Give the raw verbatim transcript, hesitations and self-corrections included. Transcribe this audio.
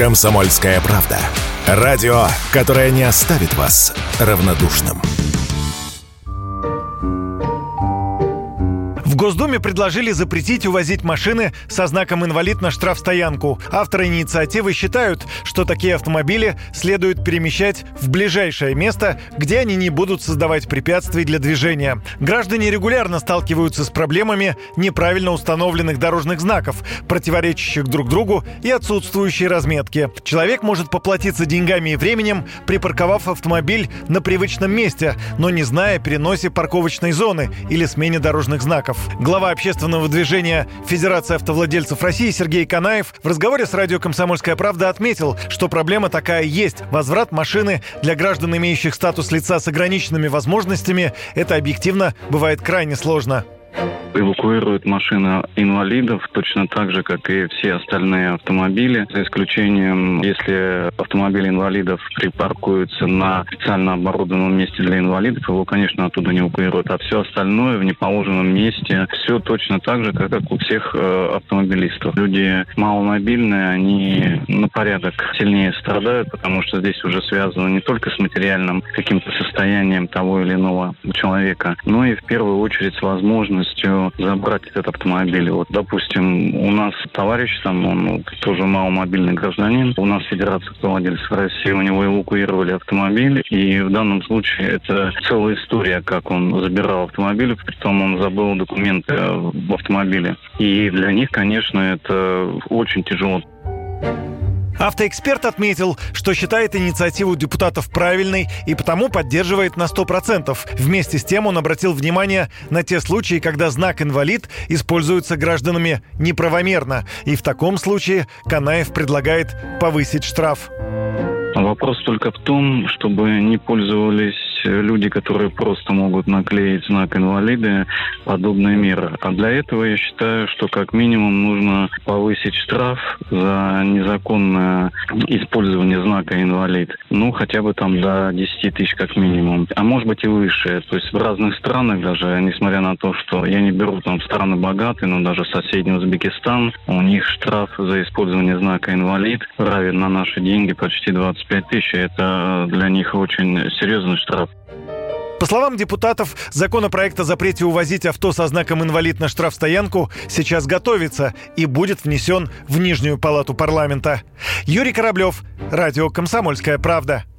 «Комсомольская правда». Радио, которое не оставит вас равнодушным. В Госдуме предложили запретить увозить машины со знаком «Инвалид» на штрафстоянку. Авторы инициативы считают, что такие автомобили следует перемещать в ближайшее место, где они не будут создавать препятствий для движения. Граждане регулярно сталкиваются с проблемами неправильно установленных дорожных знаков, противоречащих друг другу и отсутствующей разметки. Человек может поплатиться деньгами и временем, припарковав автомобиль на привычном месте, но не зная о переносе парковочной зоны или смене дорожных знаков. Глава общественного движения Федерации автовладельцев России Сергей Канаев в разговоре с радио «Комсомольская правда» отметил, что проблема такая есть. Возврат машины для граждан, имеющих статус лица с ограниченными возможностями, это объективно бывает крайне сложно. Эвакуируют машины инвалидов точно так же, как и все остальные автомобили, за исключением, если автомобиль инвалидов припаркуется на специально оборудованном месте для инвалидов, его, конечно, оттуда не эвакуируют. А все остальное в неположенном месте, все точно так же, как, как у всех э, автомобилистов. Люди маломобильные, они на порядок сильнее страдают, потому что здесь уже связано не только с материальным каким-то состоянием того или иного человека, но и в первую очередь с возможностью забрать этот автомобиль. Вот, допустим, у нас товарищ, там, он тоже маломобильный гражданин, у нас Федерация автовладельцев России, у него эвакуировали автомобиль, и в данном случае это целая история, как он забирал автомобиль, притом он забыл документы в автомобиле. И для них, конечно, это очень тяжело. Автоэксперт отметил, что считает инициативу депутатов правильной и потому поддерживает на сто процентов. Вместе с тем он обратил внимание на те случаи, когда знак «Инвалид» используется гражданами неправомерно. И в таком случае Канаев предлагает повысить штраф. Вопрос только в том, чтобы не пользовались люди, которые просто могут наклеить знак «Инвалиды», подобные меры. А для этого я считаю, что как минимум нужно повысить штраф за незаконное использование знака «Инвалид». Ну, хотя бы там до десять тысяч как минимум. А может быть и выше. То есть в разных странах даже, несмотря на то, что я не беру там страны богатые, но даже соседний Узбекистан, у них штраф за использование знака «Инвалид» равен на наши деньги почти двадцать пять тысяч. Это для них очень серьезный штраф. По словам депутатов, законопроект о запрете увозить авто со знаком «Инвалид» на штрафстоянку сейчас готовится и будет внесен в Нижнюю палату парламента. Юрий Кораблев, радио «Комсомольская правда».